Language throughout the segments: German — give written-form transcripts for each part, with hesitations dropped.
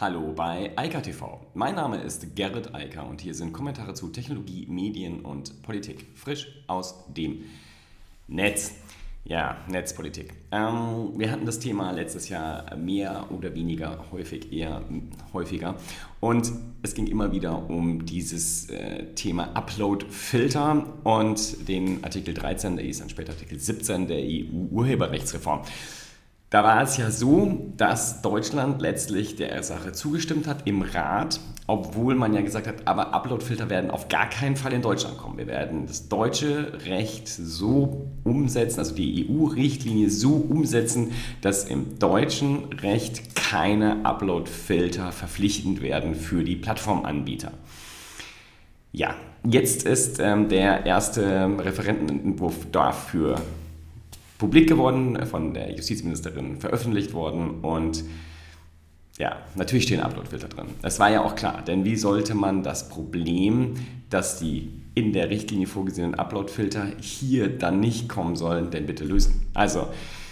Hallo bei Eika TV. Mein Name ist Gerrit Eiker und hier sind Kommentare zu Technologie, Medien und Politik. Frisch aus dem Netz. Ja, Netzpolitik. Wir hatten das Thema letztes Jahr mehr oder weniger häufig, eher häufiger. Und es ging immer wieder um dieses Thema Upload-Filter und den Artikel 13, der ist dann später Artikel 17 der EU-Urheberrechtsreform. Da war es ja so, dass Deutschland letztlich der Sache zugestimmt hat im Rat, obwohl man ja gesagt hat, aber Uploadfilter werden auf gar keinen Fall in Deutschland kommen. Wir werden das deutsche Recht so umsetzen, also die EU-Richtlinie so umsetzen, dass im deutschen Recht keine Uploadfilter verpflichtend werden für die Plattformanbieter. Ja, jetzt ist der erste Referentenentwurf dafür publik geworden, von der Justizministerin veröffentlicht worden und ja, natürlich stehen Uploadfilter drin. Das war ja auch klar, denn wie sollte man das Problem, dass die in der Richtlinie vorgesehenen Uploadfilter hier dann nicht kommen sollen, denn bitte lösen? Also,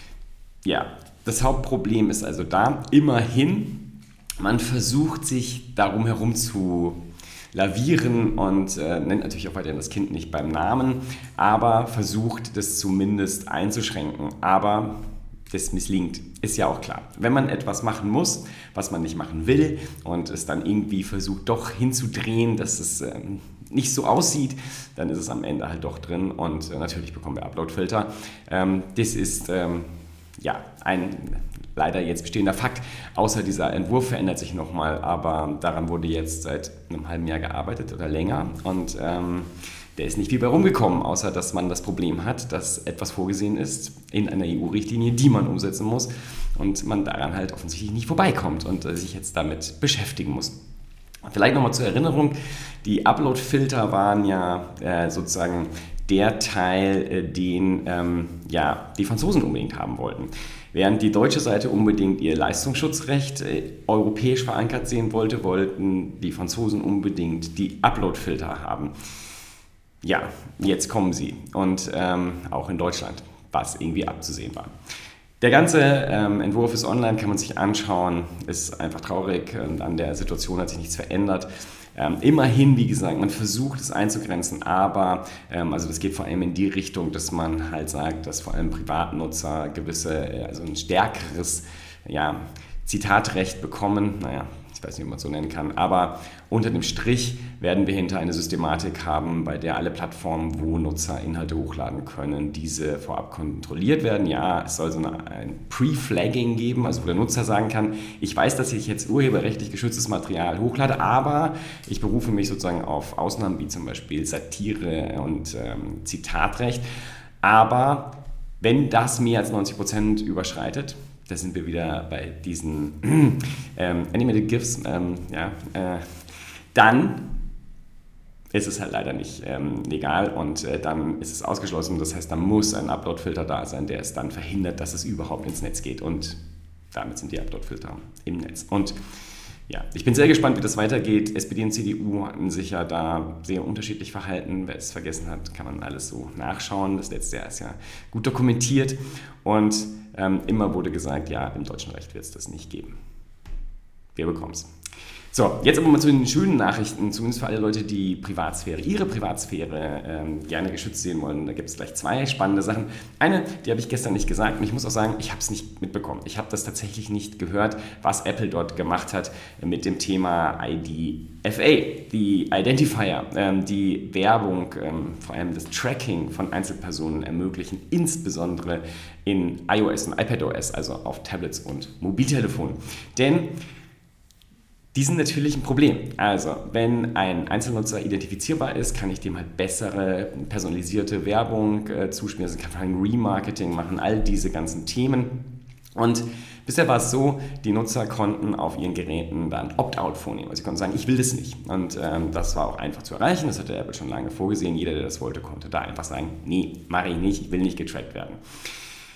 ja, das Hauptproblem ist also da, immerhin, man versucht sich darum herum zu lavieren und nennt natürlich auch weiterhin das Kind nicht beim Namen, aber versucht das zumindest einzuschränken. Aber das misslingt, ist ja auch klar. Wenn man etwas machen muss, was man nicht machen will und es dann irgendwie versucht doch hinzudrehen, dass es nicht so aussieht, dann ist es am Ende halt doch drin und natürlich bekommen wir Uploadfilter. Das ist ja ein leider jetzt bestehender Fakt, außer dieser Entwurf verändert sich nochmal, aber daran wurde jetzt seit einem halben Jahr gearbeitet oder länger und der ist nicht viel bei rumgekommen, außer dass man das Problem hat, dass etwas vorgesehen ist in einer EU-Richtlinie, die man umsetzen muss und man daran halt offensichtlich nicht vorbeikommt und sich jetzt damit beschäftigen muss. Vielleicht nochmal zur Erinnerung, die Upload-Filter waren ja sozusagen der Teil, den die Franzosen unbedingt haben wollten. Während die deutsche Seite unbedingt ihr Leistungsschutzrecht europäisch verankert sehen wollte, wollten die Franzosen unbedingt die Upload-Filter haben. Ja, jetzt kommen sie und auch in Deutschland, was irgendwie abzusehen war. Der ganze Entwurf ist online, kann man sich anschauen, ist einfach traurig und an der Situation hat sich nichts verändert. Immerhin, wie gesagt, man versucht es einzugrenzen, aber also das geht vor allem in die Richtung, dass man halt sagt, dass vor allem Privatnutzer also ein stärkeres Zitatrecht bekommen. Naja, ich weiß nicht, ob man es so nennen kann, aber unter dem Strich werden wir hinter eine Systematik haben, bei der alle Plattformen, wo Nutzer Inhalte hochladen können, diese vorab kontrolliert werden. Ja, es soll so ein Pre-Flagging geben, also wo der Nutzer sagen kann, ich weiß, dass ich jetzt urheberrechtlich geschütztes Material hochlade, aber ich berufe mich sozusagen auf Ausnahmen wie zum Beispiel Satire und Zitatrecht. Aber wenn das mehr als 90% überschreitet, da sind wir wieder bei diesen Animated GIFs, dann ist es halt leider nicht legal und dann ist es ausgeschlossen. Das heißt, da muss ein Upload-Filter da sein, der es dann verhindert, dass es überhaupt ins Netz geht und damit sind die Upload-Filter im Netz. Und ja, ich bin sehr gespannt, wie das weitergeht. SPD und CDU hatten sich ja da sehr unterschiedlich verhalten. Wer es vergessen hat, kann man alles so nachschauen. Das letzte Jahr ist ja gut dokumentiert und immer wurde gesagt, ja, im deutschen Recht wird es das nicht geben. Wir bekommen es. So, jetzt aber mal zu den schönen Nachrichten, zumindest für alle Leute, die ihre Privatsphäre gerne geschützt sehen wollen. Da gibt es gleich zwei spannende Sachen. Eine, die habe ich gestern nicht gesagt und ich muss auch sagen, ich habe es nicht mitbekommen. Ich habe das tatsächlich nicht gehört, was Apple dort gemacht hat mit dem Thema IDFA, die Identifier, die Werbung, vor allem das Tracking von Einzelpersonen ermöglichen, insbesondere in iOS und iPadOS, also auf Tablets und Mobiltelefonen. Denn die sind natürlich ein Problem. Also, wenn ein Einzelnutzer identifizierbar ist, kann ich dem halt bessere, personalisierte Werbung zuspielen. Also, ich kann ein Remarketing machen, all diese ganzen Themen. Und bisher war es so, die Nutzer konnten auf ihren Geräten dann Opt-out vornehmen. Also, sie konnten sagen, ich will das nicht. Und das war auch einfach zu erreichen. Das hatte Apple schon lange vorgesehen. Jeder, der das wollte, konnte da einfach sagen, nee, mache ich nicht, ich will nicht getrackt werden. Dann, bisher war es so, die Nutzer konnten auf ihren Geräten dann Opt-out vornehmen. Also sie konnten sagen, ich will das nicht. Und das war auch einfach zu erreichen. Das hatte Apple schon lange vorgesehen. Jeder, der das wollte, konnte da einfach sagen, nee, mache ich nicht, ich will nicht getrackt werden.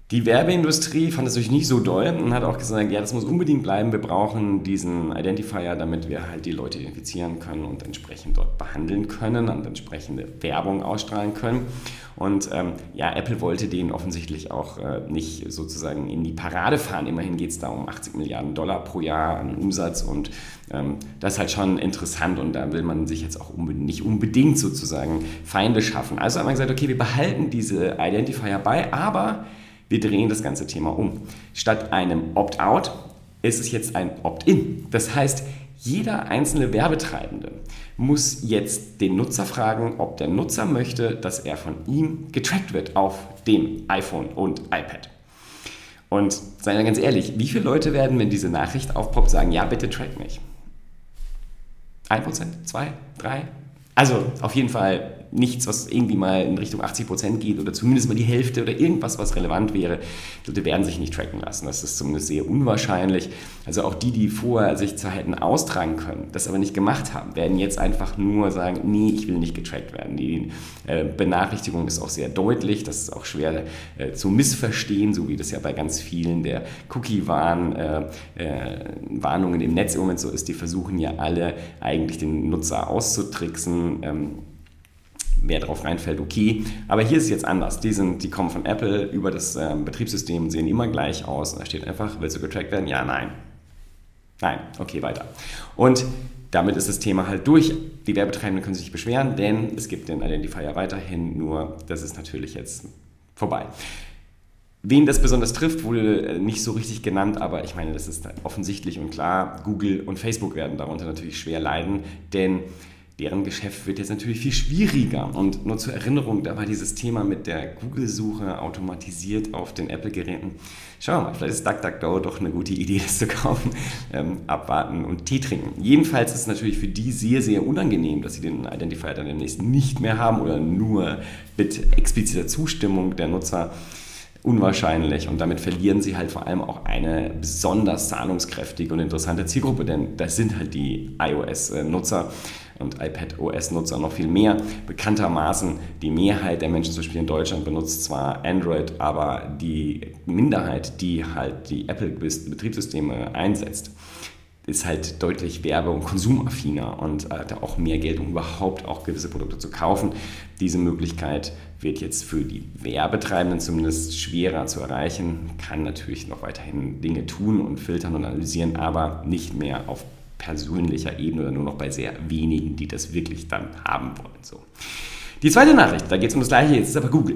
Die Werbeindustrie fand es natürlich nicht so doll und hat auch gesagt, ja, das muss unbedingt bleiben. Wir brauchen diesen Identifier, damit wir halt die Leute identifizieren können und entsprechend dort behandeln können und entsprechende Werbung ausstrahlen können. Und Apple wollte den offensichtlich auch nicht sozusagen in die Parade fahren. Immerhin geht es da um 80 Milliarden Dollar pro Jahr an Umsatz und das ist halt schon interessant und da will man sich jetzt auch nicht unbedingt sozusagen Feinde schaffen. Also hat man gesagt, okay, wir behalten diese Identifier bei, aber wir drehen das ganze Thema um. Statt einem Opt-out ist es jetzt ein Opt-in. Das heißt, jeder einzelne Werbetreibende muss jetzt den Nutzer fragen, ob der Nutzer möchte, dass er von ihm getrackt wird auf dem iPhone und iPad. Und seien wir ganz ehrlich, wie viele Leute werden, wenn diese Nachricht aufpoppt, sagen, ja, bitte track mich? 1%, 2%, 3%? Also auf jeden Fall nichts, was irgendwie mal in Richtung 80% geht oder zumindest mal die Hälfte oder irgendwas, was relevant wäre. Die Leute werden sich nicht tracken lassen. Das ist zumindest sehr unwahrscheinlich. Also auch die vorher sich zwar hätten austragen können, das aber nicht gemacht haben, werden jetzt einfach nur sagen, nee, ich will nicht getrackt werden. Die Benachrichtigung ist auch sehr deutlich. Das ist auch schwer zu missverstehen, so wie das ja bei ganz vielen der Cookie-Warnungen im Netz im Moment so ist. Die versuchen ja alle eigentlich den Nutzer auszutricksen. Wer drauf reinfällt, okay. Aber hier ist es jetzt anders. Die kommen von Apple über das Betriebssystem und sehen immer gleich aus. Und da steht einfach, willst du getrackt werden? Ja, nein. Nein, okay, weiter. Und damit ist das Thema halt durch. Die Werbetreibenden können sich nicht beschweren, denn es gibt den Identifier weiterhin, nur das ist natürlich jetzt vorbei. Wen das besonders trifft, wurde nicht so richtig genannt, aber ich meine, das ist offensichtlich und klar. Google und Facebook werden darunter natürlich schwer leiden, denn deren Geschäft wird jetzt natürlich viel schwieriger. Und nur zur Erinnerung, da war dieses Thema mit der Google-Suche automatisiert auf den Apple-Geräten. Schauen wir mal, vielleicht ist DuckDuckGo doch eine gute Idee, das zu kaufen. Abwarten und Tee trinken. Jedenfalls ist es natürlich für die sehr, sehr unangenehm, dass sie den Identifier dann demnächst nicht mehr haben oder nur mit expliziter Zustimmung der Nutzer. Unwahrscheinlich und damit verlieren sie halt vor allem auch eine besonders zahlungskräftige und interessante Zielgruppe, denn das sind halt die iOS-Nutzer und iPadOS-Nutzer noch viel mehr. Bekanntermaßen die Mehrheit der Menschen, zum Beispiel in Deutschland, benutzt zwar Android, aber die Minderheit, die halt die Apple-Betriebssysteme einsetzt, ist halt deutlich werbe- und konsumaffiner und hat auch mehr Geld, um überhaupt auch gewisse Produkte zu kaufen. Diese Möglichkeit wird jetzt für die Werbetreibenden zumindest schwerer zu erreichen, kann natürlich noch weiterhin Dinge tun und filtern und analysieren, aber nicht mehr auf persönlicher Ebene oder nur noch bei sehr wenigen, die das wirklich dann haben wollen. So. Die zweite Nachricht, da geht es um das Gleiche, jetzt ist aber Google.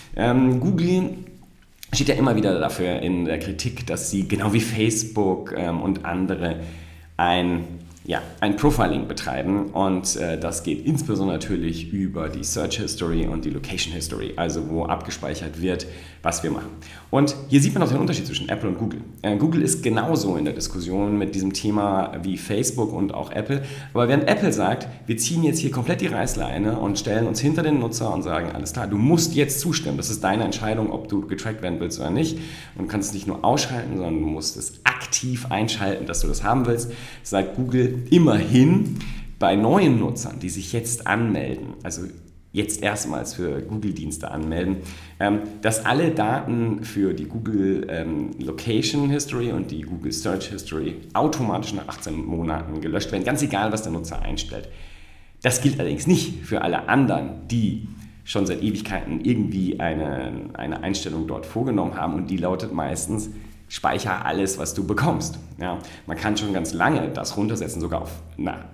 Google steht ja immer wieder dafür in der Kritik, dass sie genau wie Facebook und andere ein Profiling betreiben und das geht insbesondere natürlich über die Search History und die Location History, also wo abgespeichert wird, was wir machen. Und hier sieht man auch den Unterschied zwischen Apple und Google. Google ist genauso in der Diskussion mit diesem Thema wie Facebook und auch Apple, aber während Apple sagt, wir ziehen jetzt hier komplett die Reißleine und stellen uns hinter den Nutzer und sagen, alles klar, du musst jetzt zustimmen, das ist deine Entscheidung, ob du getrackt werden willst oder nicht und du kannst es nicht nur ausschalten, sondern du musst es aktiv einschalten, dass du das haben willst, sagt Google immerhin bei neuen Nutzern, die sich jetzt anmelden, also jetzt erstmals für Google-Dienste anmelden, dass alle Daten für die Google Location History und die Google Search History automatisch nach 18 Monaten gelöscht werden, ganz egal, was der Nutzer einstellt. Das gilt allerdings nicht für alle anderen, die schon seit Ewigkeiten irgendwie eine Einstellung dort vorgenommen haben und die lautet meistens, speicher alles, was du bekommst. Ja, man kann schon ganz lange das runtersetzen, sogar auf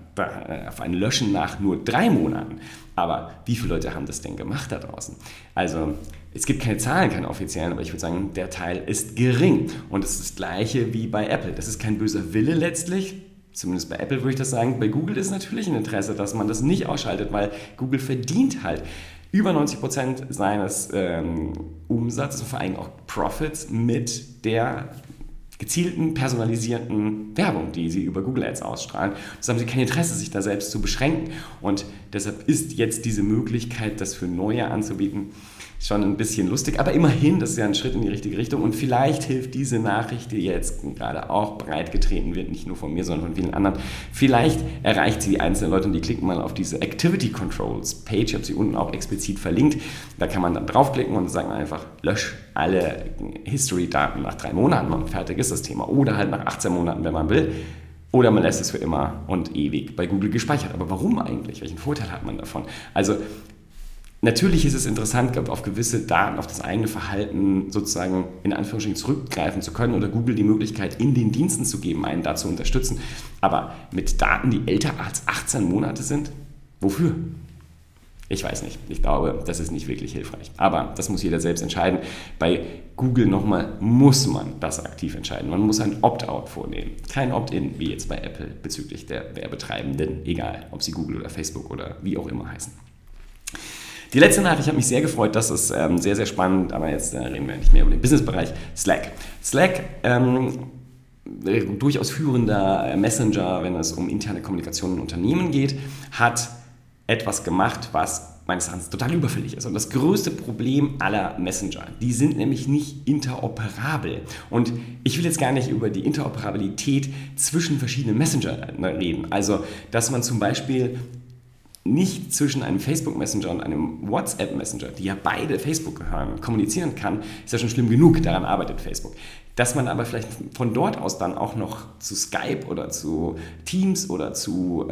ein Löschen nach nur 3 Monaten. Aber wie viele Leute haben das denn gemacht da draußen? Also es gibt keine Zahlen, keine offiziellen, aber ich würde sagen, der Teil ist gering. Und es ist das Gleiche wie bei Apple. Das ist kein böser Wille letztlich. Zumindest bei Apple würde ich das sagen. Bei Google ist natürlich ein Interesse, dass man das nicht ausschaltet, weil Google verdient halt über 90% seines Umsatzes und vor allem auch Profits mit der gezielten, personalisierten Werbung, die sie über Google Ads ausstrahlen. Das haben sie kein Interesse, sich da selbst zu beschränken. Und deshalb ist jetzt diese Möglichkeit, das für Neue anzubieten, schon ein bisschen lustig, aber immerhin, das ist ja ein Schritt in die richtige Richtung und vielleicht hilft diese Nachricht, die jetzt gerade auch breit getreten wird, nicht nur von mir, sondern von vielen anderen, vielleicht erreicht sie die einzelnen Leute und die klicken mal auf diese Activity Controls Page, ich habe sie unten auch explizit verlinkt, da kann man dann draufklicken und sagen einfach, lösch alle History-Daten nach 3 Monaten und fertig ist das Thema oder halt nach 18 Monaten, wenn man will. Oder man lässt es für immer und ewig bei Google gespeichert. Aber warum eigentlich? Welchen Vorteil hat man davon? Also natürlich ist es interessant, auf gewisse Daten, auf das eigene Verhalten sozusagen in Anführungsstrichen zurückgreifen zu können oder Google die Möglichkeit in den Diensten zu geben, einen da zu unterstützen. Aber mit Daten, die älter als 18 Monate sind, wofür? Ich weiß nicht. Ich glaube, das ist nicht wirklich hilfreich. Aber das muss jeder selbst entscheiden. Bei Google nochmal muss man das aktiv entscheiden. Man muss ein Opt-out vornehmen. Kein Opt-in, wie jetzt bei Apple bezüglich der Werbetreibenden, egal ob sie Google oder Facebook oder wie auch immer heißen. Die letzte Nachricht hat mich sehr gefreut, das ist sehr, sehr spannend, aber jetzt reden wir nicht mehr über den Businessbereich. Slack. Slack, durchaus führender Messenger, wenn es um interne Kommunikation in Unternehmen geht, hat etwas gemacht, was meines Erachtens total überfällig ist. Und das größte Problem aller Messenger, die sind nämlich nicht interoperabel. Und ich will jetzt gar nicht über die Interoperabilität zwischen verschiedenen Messengern reden. Also, dass man zum Beispiel nicht zwischen einem Facebook-Messenger und einem WhatsApp-Messenger, die ja beide Facebook gehören, kommunizieren kann, ist ja schon schlimm genug, daran arbeitet Facebook. Dass man aber vielleicht von dort aus dann auch noch zu Skype oder zu Teams oder zu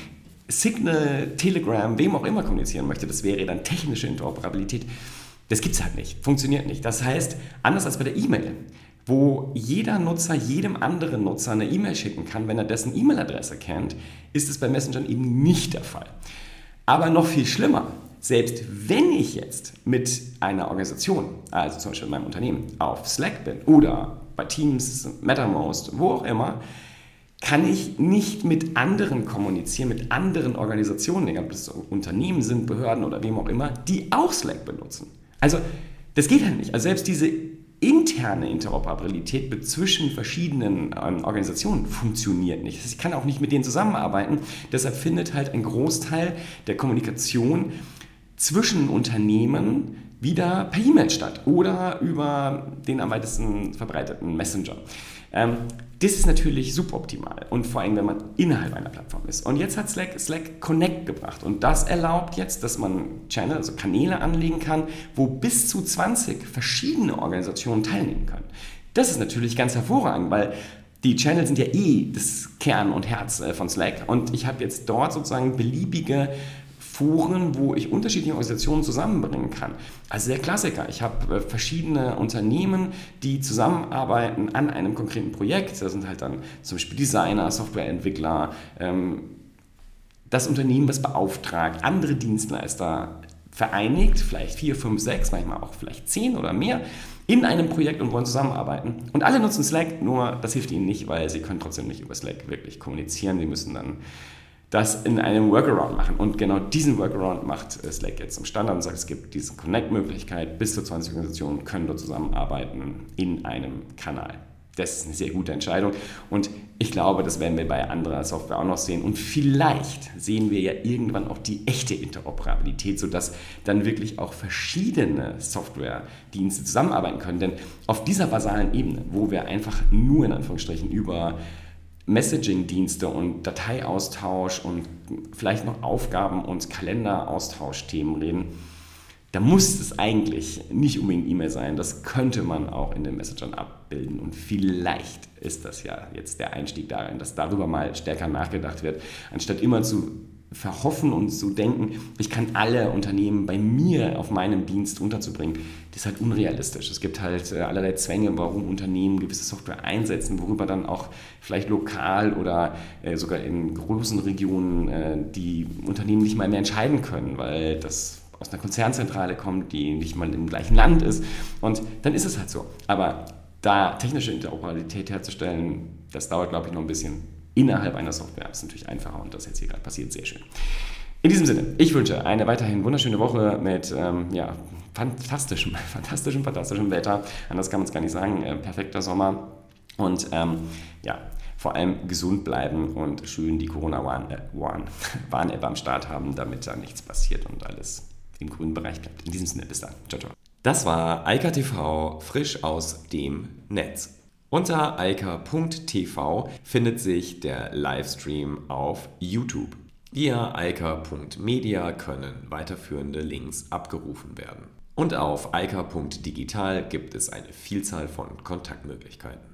Signal, Telegram, wem auch immer kommunizieren möchte, das wäre dann technische Interoperabilität. Das gibt es halt nicht, funktioniert nicht. Das heißt, anders als bei der E-Mail, wo jeder Nutzer jedem anderen Nutzer eine E-Mail schicken kann, wenn er dessen E-Mail-Adresse kennt, ist es bei Messengern eben nicht der Fall. Aber noch viel schlimmer, selbst wenn ich jetzt mit einer Organisation, also zum Beispiel in meinem Unternehmen, auf Slack bin oder bei Teams, Mattermost, wo auch immer, kann ich nicht mit anderen kommunizieren, mit anderen Organisationen, egal ob das Unternehmen sind, Behörden oder wem auch immer, die auch Slack benutzen. Also das geht halt nicht. Also selbst diese interne Interoperabilität zwischen verschiedenen Organisationen funktioniert nicht. Ich kann auch nicht mit denen zusammenarbeiten. Deshalb findet halt ein Großteil der Kommunikation zwischen Unternehmen wieder per E-Mail statt oder über den am weitesten verbreiteten Messenger. Das ist natürlich suboptimal und vor allem, wenn man innerhalb einer Plattform ist. Und jetzt hat Slack Connect gebracht und das erlaubt jetzt, dass man Channel, also Kanäle anlegen kann, wo bis zu 20 verschiedene Organisationen teilnehmen können. Das ist natürlich ganz hervorragend, weil die Channel sind ja das Kern und Herz von Slack und ich habe jetzt dort sozusagen beliebige Foren, wo ich unterschiedliche Organisationen zusammenbringen kann. Also der Klassiker, ich habe verschiedene Unternehmen, die zusammenarbeiten an einem konkreten Projekt. Das sind halt dann zum Beispiel Designer, Softwareentwickler, das Unternehmen, was beauftragt, andere Dienstleister vereinigt, vielleicht 4, 5, 6, manchmal auch vielleicht 10 oder mehr, in einem Projekt und wollen zusammenarbeiten. Und alle nutzen Slack, nur das hilft ihnen nicht, weil sie können trotzdem nicht über Slack wirklich kommunizieren. Sie müssen dann das in einem Workaround machen. Und genau diesen Workaround macht Slack jetzt zum Standard und sagt, es gibt diese Connect-Möglichkeit, bis zu 20 Organisationen können dort zusammenarbeiten in einem Kanal. Das ist eine sehr gute Entscheidung und ich glaube, das werden wir bei anderer Software auch noch sehen und vielleicht sehen wir ja irgendwann auch die echte Interoperabilität, sodass dann wirklich auch verschiedene Softwaredienste zusammenarbeiten können, denn auf dieser basalen Ebene, wo wir einfach nur in Anführungsstrichen über Messaging-Dienste und Dateiaustausch und vielleicht noch Aufgaben- und Kalenderaustauschthemen reden, da muss es eigentlich nicht unbedingt E-Mail sein. Das könnte man auch in den Messengern abbilden. Und vielleicht ist das ja jetzt der Einstieg darin, dass darüber mal stärker nachgedacht wird, anstatt immer zu verhoffen und zu denken, ich kann alle Unternehmen bei mir auf meinem Dienst unterzubringen. Das ist halt unrealistisch. Es gibt halt allerlei Zwänge, warum Unternehmen gewisse Software einsetzen, worüber dann auch vielleicht lokal oder sogar in großen Regionen die Unternehmen nicht mal mehr entscheiden können, weil das aus einer Konzernzentrale kommt, die nicht mal im gleichen Land ist. Und dann ist es halt so. Aber da technische Interoperabilität herzustellen, das dauert, glaube ich, noch ein bisschen. Innerhalb einer Software ist natürlich einfacher und das jetzt hier gerade passiert, sehr schön. In diesem Sinne, ich wünsche eine weiterhin wunderschöne Woche mit fantastischem Wetter. Anders kann man es gar nicht sagen. Perfekter Sommer. Und ja, vor allem gesund bleiben und schön die Corona-Warn-App am Start haben, damit da nichts passiert und alles im grünen Bereich bleibt. In diesem Sinne, bis dann. Ciao, ciao. Das war Eika TV, frisch aus dem Netz. Unter eika.tv findet sich der Livestream auf YouTube. Via eika.media können weiterführende Links abgerufen werden. Und auf eika.digital gibt es eine Vielzahl von Kontaktmöglichkeiten.